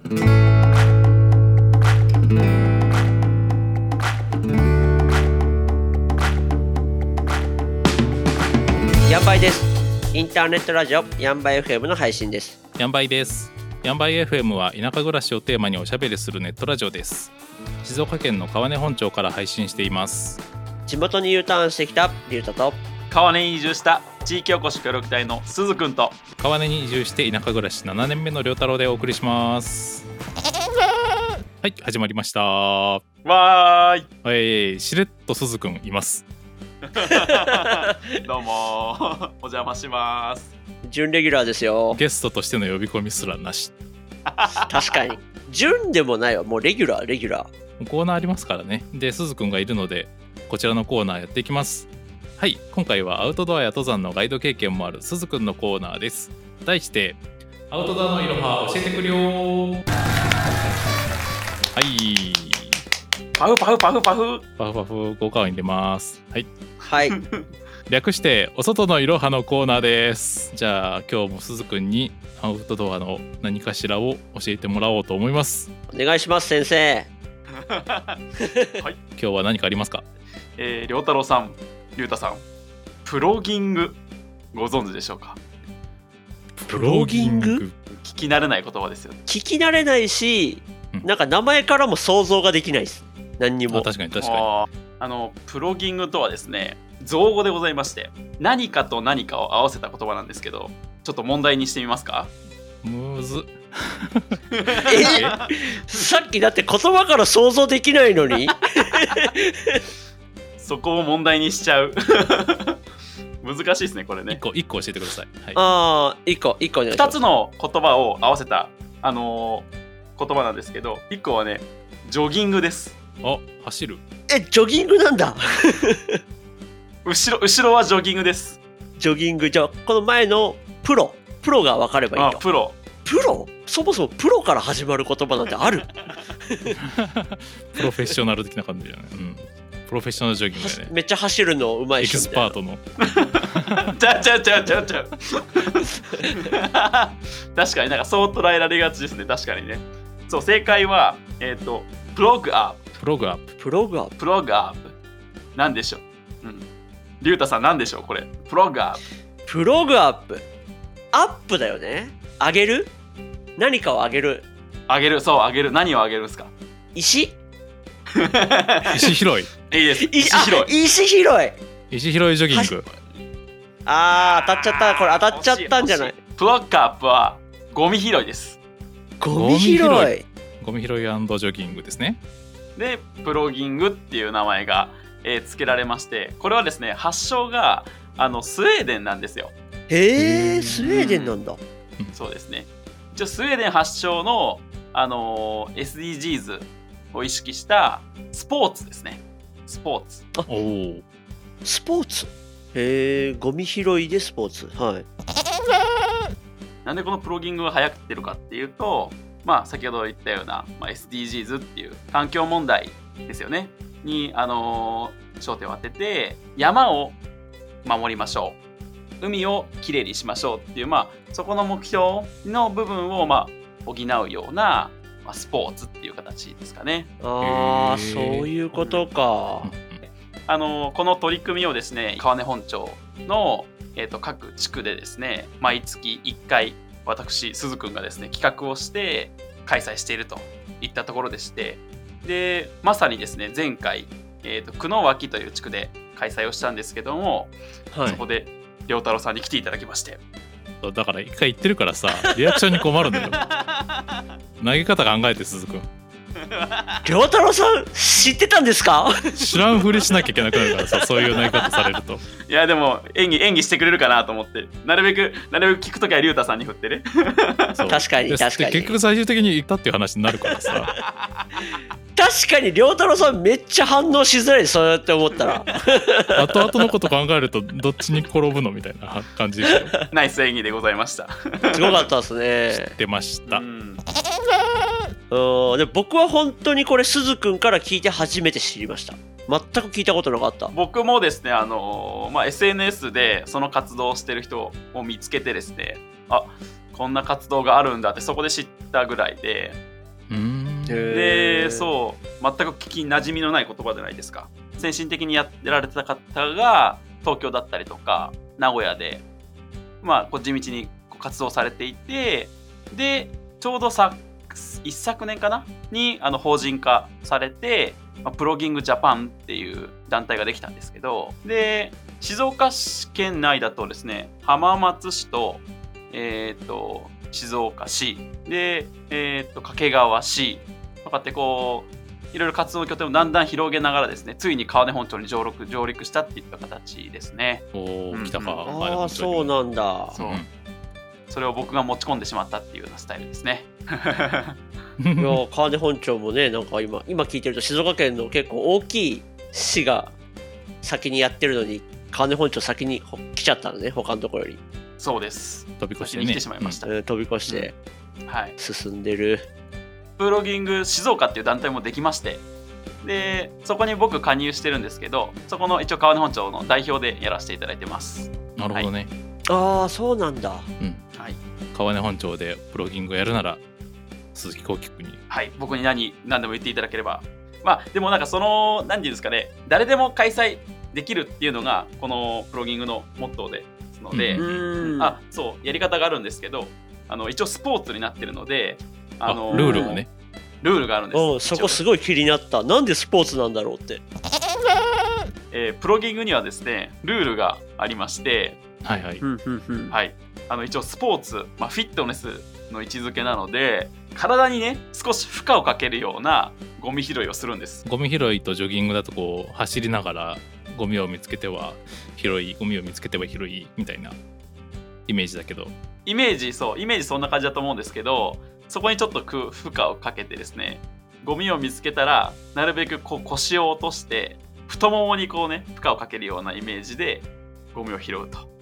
ヤンバイです。インターネットラジオヤンバイ FM の配信です。 ヤンバイです。ヤンバイ FM は田舎暮らしをテーマにおしゃべりするネットラジオです。静岡県の川根本町から配信しています。 地元に U ターンしてきたリュウタと川根に移住した地域おこし協力隊のすずくんと川根に移住して田舎暮らし7年目のりょうたろうでお送りします。はい、始まりました。 わーいはい、しれっとすずくんいます。 どうもお邪魔します。 準レギュラーですよ。 ゲストとしての呼び込みすらなし。 確かに準でもないわ、もうレギュラーコーナーありますからね。で、すずくんがいるのでこちらのコーナーやっていきます。はい、今回はアウトドアや登山のガイド経験もあるすずくんのコーナーです。題してアウトドアのいろは教えてくれよ。はい、 パフパフパフパフパフパフ効果音入れます。はいはい略してお外のいろはのコーナーです。じゃあ今日もすずくんにアウトドアの何かしらを教えてもらおうと思います。 お願いします先生。 はい、 今日は何かありますか？ りょうたろうさん、りゅうたさん、プロギングご存知でしょうか？ プロギング？ 聞き慣れない言葉ですよね。 聞き慣れないし、なんか名前からも想像ができないです。何にも。 確かにプロギングとはですね、造語でございまして、何かと何かを合わせた言葉なんですけど、ちょっと問題にしてみますか？ むずさっきだって言葉から想像できないのにそこを問題にしちゃう難しいですねこれね。 1個教えてください。はい、 1個お願いします。 2つの言葉を合わせた、言葉なんですけど、1個はねジョギングです。 あ、走る。 ジョギングなんだ後ろはジョギングです。 ジョギング。じゃあこの前のプロが分かればいいと。 プロそもそもプロから始まる言葉なんてあるプロフェッショナル的な感じだよね、プロフェッショナルジョギングだね。 めっちゃ走るの上手いエ人キスパートのちゃう確かになんかそう捉えられがちですね。確かにね。そう、正解はプログアップなんでしょう。りゅうたさんなんでしょうこれ。プログアップアップだよね。上げる、何かを上げる。 そう、上げる。何を上げるんですか？ 石拾い。いいいです。石拾いジョギング。 当たっちゃった。これ当たっちゃったんじゃない？ プログアップはゴミ拾いです。 ゴミ拾いジョギングですね。 でプロギングっていう名前が、付けられまして、これはですね発祥がスウェーデンなんですよ。 へえ、スウェーデンなんだ。 そうですね。一応スウェーデン発祥の、SDGs を意識したスポーツですね。スポーツ。 へえ、ゴミ拾いでスポーツ。はい。 なんでこのプロギングが流行ってるかっていうと、先ほど言ったような、SDGs っていう環境問題ですよねに、焦点を当てて、山を守りましょう、海をきれいにしましょうっていう、そこの目標の部分を補うような、スポーツっていう形ですかね。 そういうことか。 この取り組みをですね、川根本町の、各地区でですね、毎月1回私すずくんがですね企画をして開催しているといったところでして、でまさにですね前回、久野脇という地区で開催をしたんですけども、そこでりょうたろうさんに来ていただきまして。 だから一回言ってるからさ、リアクションに困るんだよ投げ方考えて、すずくん。 りょうたろうさん知ってたんですか？ 知らんふりしなきゃいけなくなるからさ、そういう投げ方されると。 いやでも演技してくれるかなと思って、なるべく聞くときはりゅうたさんに振ってね。 確かに結局最終的に言ったっていう話になるからさ。 確かにりょうたろうさんめっちゃ反応しづらい、そうやって思ったら。 後々のこと考えるとどっちに転ぶのみたいな感じでしたよ。 ナイス演技でございました。 すごかったですね。 知ってました。 で僕は本当にこれすずくんから聞いて初めて知りました。全く聞いたことなかった。 僕もですね、SNS でその活動をしてる人を見つけてですね、こんな活動があるんだってそこで知ったぐらいで、 でそう全く聞きなじみのない言葉じゃないですか。先進的にやられてた方が東京だったりとか名古屋でこう地道に活動されていて、でちょうど一昨年かなに法人化されて、プロギングジャパンっていう団体ができたんですけど、で静岡県内だとですね、浜松市と静岡市で、掛川市とかってこういろいろ活動の拠点をだんだん広げながらですね、ついに川根本町に上陸したっていった形ですね。 来たか。 ああ、そうなんだ。 そう、それを僕が持ち込んでしまったっていうようなスタイルですね。 いや川根本町もね、なんか今聞いてると静岡県の結構大きい市が先にやってるのに川根本町先に来ちゃったのね、他のところより。 そうです。 飛び越してね。 先に来てしまいました。 飛び越して進んでる。 プロギング静岡っていう団体もできまして、でそこに僕加入してるんですけど、そこの一応川根本町の代表でやらせていただいてます。 なるほどね。 ああ、そうなんだ。 川根本町でプロギングやるなら鈴木幸喜君に、 僕に何でも言っていただければ。でもなんかその何て言うんですかね、誰でも開催できるっていうのがこのプロギングのモットーですので、そうやり方があるんですけど、一応スポーツになってるので、 ルールがね、 ルールがあるんです。 そこすごい気になった。なんでスポーツなんだろうって。 プロギングにはですねルールがありまして、一応スポーツ、フィットネスの位置づけなので、体にね少し負荷をかけるようなゴミ拾いをするんです。 ゴミ拾いとジョギングだとこう走りながらゴミを見つけては拾い、ゴミを見つけては拾いみたいなイメージだけど、 イメージそんな感じだと思うんですけど、そこにちょっと負荷をかけてですね、ゴミを見つけたらなるべくこう腰を落として太ももにこうね負荷をかけるようなイメージでゴミを拾うと。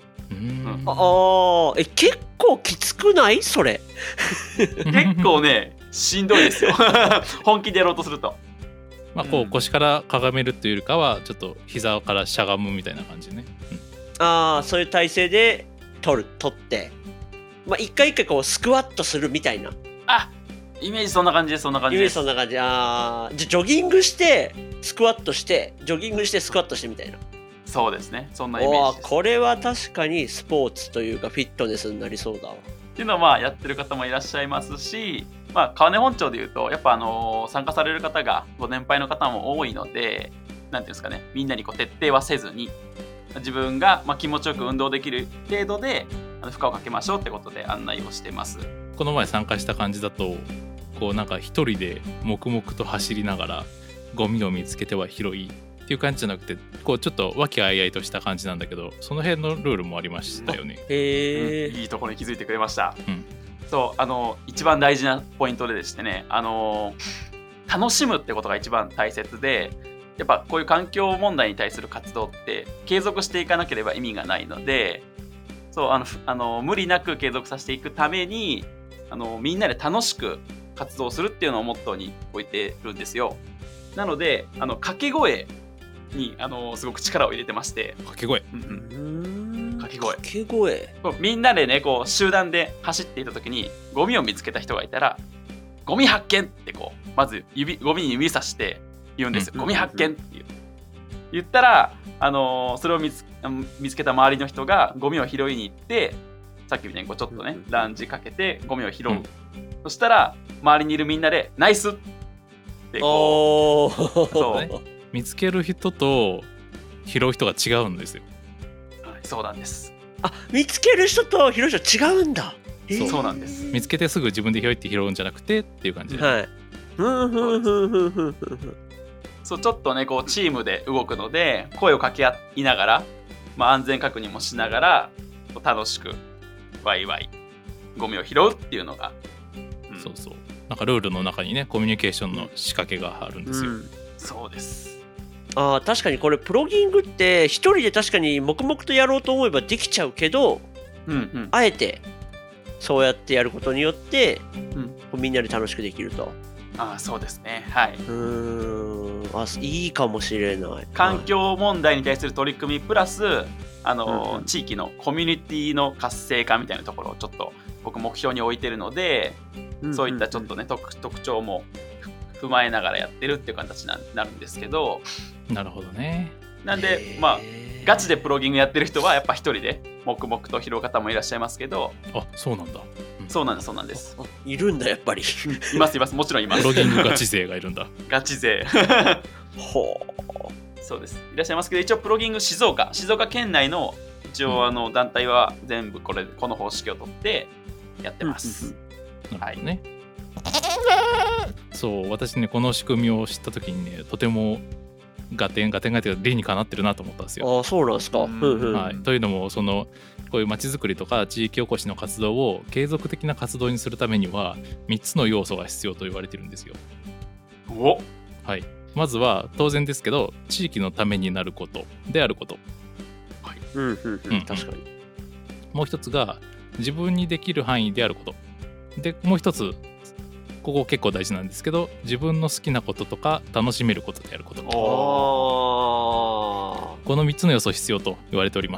結構きつくないそれ？ 結構ねしんどいですよ。本気でやろうとすると。 こう腰からかがめるっていうよりかはちょっと膝からしゃがむみたいな感じね。 そういう体勢で取って一回一回こうスクワットするみたいな。 イメージそんな感じです。 イメージそんな感じ。じゃあジョギングしてスクワットしてジョギングしてスクワットしてみたいな。 そうですね、そんなイメージです。 これは確かにスポーツというかフィットネスになりそうだわっていうのはやってる方もいらっしゃいますし、川根本町でいうとやっぱ参加される方がご年配の方も多いので、なんていうんですかね、みんなにこう徹底はせずに自分が気持ちよく運動できる程度で負荷をかけましょうってことで案内をしてます。 この前参加した感じだとこうなんか一人で黙々と走りながらゴミを見つけては拾いっていう感じじゃなくて、こうちょっと和気あいあいとした感じなんだけど、その辺のルールもありましたよね。 いいところに気づいてくれました。そう一番大事なポイントでしてね、楽しむってことが一番大切で、やっぱこういう環境問題に対する活動って継続していかなければ意味がないので、無理なく継続させていくためにみんなで楽しく活動するっていうのをモットーに置いてるんですよ。なので掛け声にすごく力を入れてまして。 掛け声、 掛け声みんなでねこう集団で走っていた時にゴミを見つけた人がいたらゴミ発見ってこうまずゴミに指さして言うんですよ。ゴミ発見って言ったらそれを見つけた周りの人がゴミを拾いに行って、さっきみたいにこうちょっとねランジかけてゴミを拾う、そしたら周りにいるみんなでナイスってこうそう見つける人と拾う人が違うんですよ。 そうなんです。 見つける人と拾う人違うんだ。 そうなんです。 見つけてすぐ自分で拾うんじゃなくてっていう感じで、 そうちょっとねこうチームで動くので声を掛け合いながら、安全確認もしながら楽しくワイワイゴミを拾うっていうのが、 そうなんかルールの中にねコミュニケーションの仕掛けがあるんですよ。 そうです。 確かにこれプロギングって一人で確かに黙々とやろうと思えばできちゃうけど、あえてそうやってやることによって、みんなで楽しくできると。 そうですね。 いいかもしれない。 環境問題に対する取り組みプラス地域のコミュニティの活性化みたいなところをちょっと僕目標に置いてるので、そういったちょっとね、特徴も踏まえながらやってるっていう形になるんですけど。 なるほどね。 なんでまあガチでプロギングやってる人はやっぱ一人で黙々と拾う方もいらっしゃいますけど。 あ、そうなんだ。 そうなんです。 いるんだやっぱり。 いますもちろんいます。 プロギングガチ勢がいるんだ。 ガチ勢。 ほう。そうです。いらっしゃいますけど、一応プロギング静岡県内の一応団体は全部この方式を取ってやってます。 なるほどね。そう、私ねこの仕組みを知った時にね、とても合点が理にかなってるなと思ったんですよ。 あ、そうなんですか。 はい、というのもこういう街づくりとか地域おこしの活動を継続的な活動にするためには3つの要素が必要と言われてるんですよ。はい、まずは当然ですけど地域のためになることであること。 はい、確かに。 もう一つが自分にできる範囲であることで、もう一つここ結構大事なんですけど、自分の好きなこととか楽しめることであること。この3つの要素必要と言われております。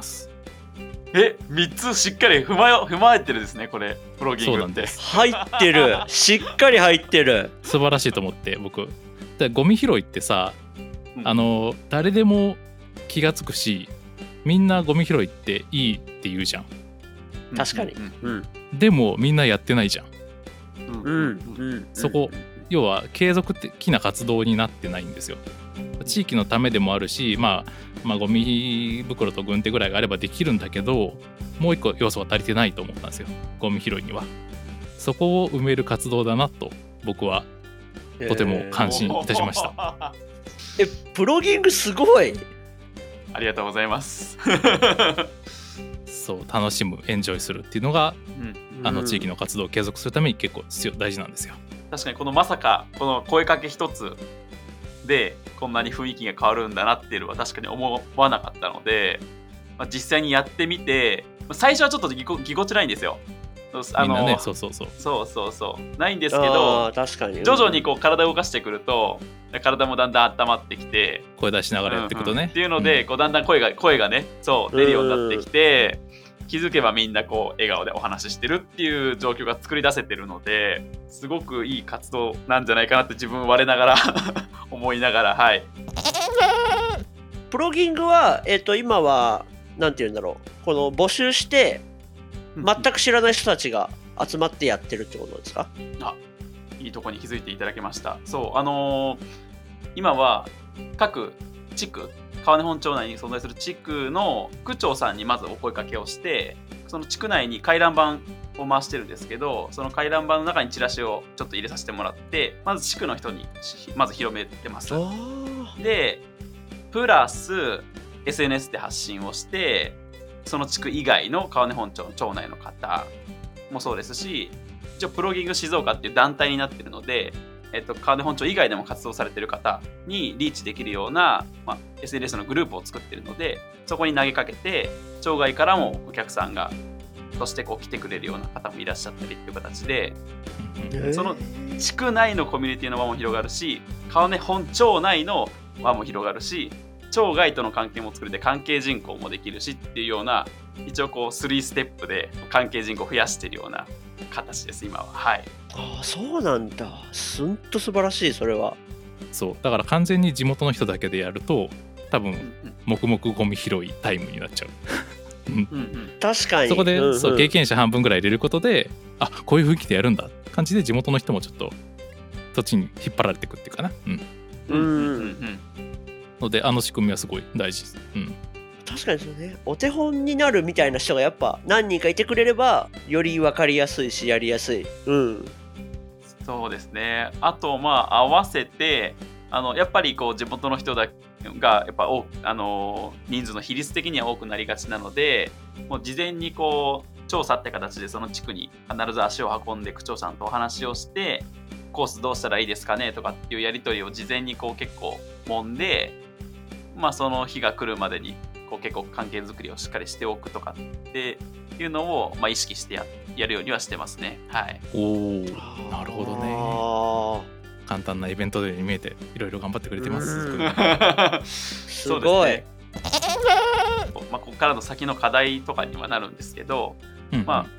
3つしっかり踏まえてるですね、これプロギングって。そうなんです。 入ってる。しっかり入ってる。 素晴らしいと思って僕。でゴミ拾いってさ、誰でも気がつくし、みんなゴミ拾いっていいって言うじゃん。 確かに。 でもみんなやってないじゃん。そこ要は継続的な活動になってないんですよ。地域のためでもあるし、まあゴミ袋と軍手ぐらいがあればできるんだけど、もう一個要素が足りてないと思ったんですよ、ゴミ拾いには。そこを埋める活動だなと僕はとても感心いたしました。 プロギングすごい。 ありがとうございます。 そう楽しむエンジョイするっていうのが、地域の活動を継続するために結構大事なんですよ。 確かにまさかこの声かけ一つでこんなに雰囲気が変わるんだなっていうのは確かに思わなかったので、実際にやってみて最初はちょっとぎこちないんですよ。 みんなね、そうないんですけど、 確かに徐々に体を動かしてくると体もだんだん温まってきて、 声出しながらやっていくとね、 っていうので、だんだん声がね出るようになってきて、気づけばみんな笑顔でお話ししてるっていう状況が作り出せてるので、すごくいい活動なんじゃないかなって自分我ながら思いながら。はい。 プロギングは今はなんていうんだろう、この募集して全く知らない人たちが集まってやってるってことですか？ いいとこに気づいていただきました。そう今は各地区、川根本町内に存在する地区の区長さんにまずお声かけをして、その地区内に回覧板を回してるんですけど、その回覧板の中にチラシをちょっと入れさせてもらって、まず地区の人にまず広めてます。でプラス SNS で発信をして、その地区以外の川根本町の町内の方もそうですし、一応プロギング静岡っていう団体になってるので、川根本町以外でも活動されてる方にリーチできるような、SNS のグループを作ってるので、そこに投げかけて町外からもお客さんがとして来てくれるような方もいらっしゃったりっていう形で、その地区内のコミュニティの輪も広がるし、川根本町内の輪も広がるし、町外との関係も作れて関係人口もできるしっていうような、一応3ステップで関係人口を増やしているような形です今は。はい。 そうなんだ。すんと素晴らしい。それはそうだから完全に地元の人だけでやると多分黙々ゴミ拾いタイムになっちゃう。 確かに。 そこで、そう経験者半分ぐらい入れることで、こういう雰囲気でやるんだ感じで地元の人もちょっとそっちに引っ張られていくっていうかな。ので仕組みはすごい大事です。 確かにですよね。お手本になるみたいな人がやっぱ何人かいてくれればより分かりやすいしやりやすい。 そうですね。あと合わせてやっぱり地元の人がやっぱ人数の比率的には多くなりがちなので、もう事前に調査って形でその地区に必ず足を運んで区長さんとお話をして、コースどうしたらいいですかねとかっていうやり取りを事前に結構揉んで、その日が来るまでに結構関係づくりをしっかりしておくとかっていうのを意識してやるようにはしてますね。はい。 なるほどね。簡単なイベントでに見えていろいろ頑張ってくれてます。 すごい。 ここからの先の課題とかにはなるんですけど、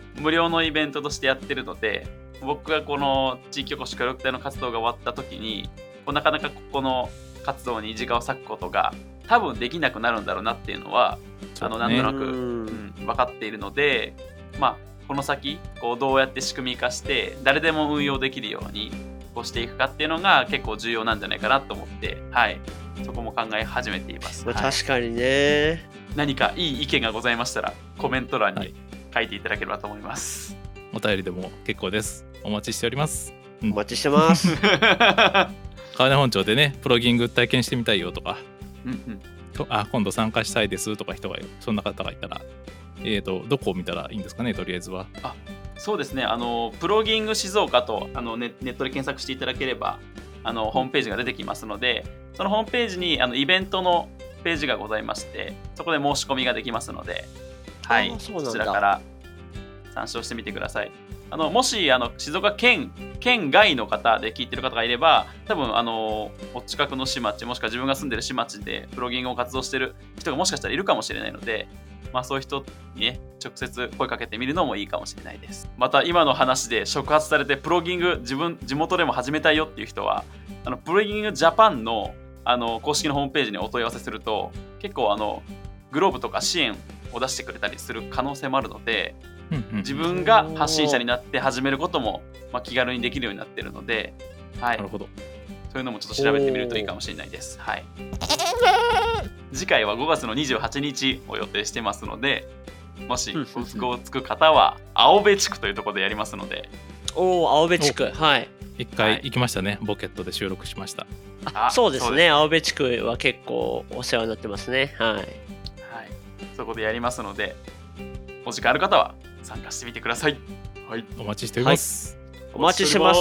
無料のイベントとしてやってるので、僕がこの地域おこし協力隊の活動が終わった時になかなかここの活動に時間を割くことが多分できなくなるんだろうなっていうのは、なんとなく、分かっているので、この先こうどうやって仕組み化して誰でも運用できるようにこうしていくかっていうのが結構重要なんじゃないかなと思って、そこも考え始めています。 確かにね。 何かいい意見がございましたらコメント欄に書いていただければと思います。 お便りでも結構です。お待ちしております。 お待ちしてます。 川根本町でね、プロギング体験してみたいよとか、今度参加したいですとかそんな方がいたら、どこを見たらいいんですかね、とりあえずは。 そうですね、プロギング静岡とネットで検索していただければホームページが出てきますので、そのホームページにイベントのページがございまして、そこで申し込みができますので、そちらから参照してみてください。もし静岡県外の方で聞いてる方がいれば、多分お近くの市町、もしくは自分が住んでる市町でプロギングを活動してる人がもしかしたらいるかもしれないので、そういう人にね直接声かけてみるのもいいかもしれないです。また今の話で触発されてプロギング地元でも始めたいよっていう人は、プロギングジャパンの公式のホームページにお問い合わせすると、結構グローブとか支援を出してくれたりする可能性もあるので、自分が発信者になって始めることも、気軽にできるようになっているので、 なるほど。 そういうのもちょっと調べてみるといいかもしれないです。次回は5月の28日を予定してますので、もしご都合つく方は青部地区というところでやりますので。 青部地区、 一回行きましたね、ボケットで収録しました。 そうですね、青部地区は結構お世話になってますね。 そこでやりますので、お時間ある方は参加してみてください。 お待ちしております。 お待ちしてます。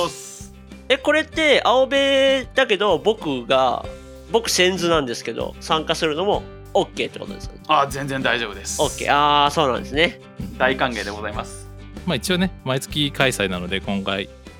これって青部だけど僕先頭なんですけど、参加するのも OK ってことですかね。 全然大丈夫です。 OK。そうなんですね。 大歓迎でございます。 一応ね、毎月開催なので、今後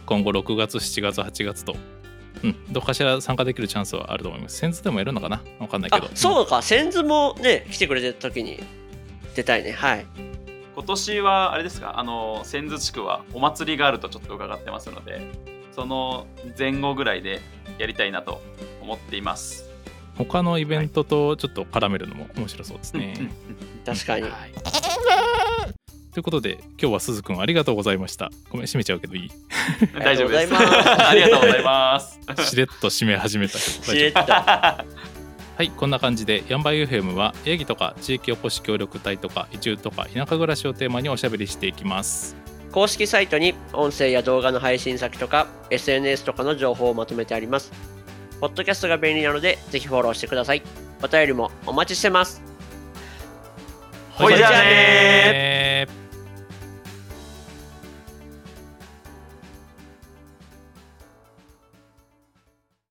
6月7月8月とどっかしら参加できるチャンスはあると思います。先頭でもやるのかな、分かんないけど。 そうか、先頭もね来てくれてる時に出たいね。 今年はあれですか、千頭地区はお祭りがあるとちょっと伺ってますので、その前後ぐらいでやりたいなと思っています。 他のイベントとちょっと絡めるのも面白そうですね。 確かに。 ということで、今日はすずくんありがとうございました。ごめん、閉めちゃうけどいい？ 大丈夫です。ありがとうございます。 しれっと閉め始めたけど。 しれっと。 はい、こんな感じでヤンバー FM はヤギとか地域おこし協力隊とか移住とか田舎暮らしをテーマにおしゃべりしていきます。 公式サイトに音声や動画の配信先とか SNS とかの情報をまとめてあります。ポッドキャストが便利なのでぜひフォローしてください。お便りもお待ちしてます。 ほいじゃあねー。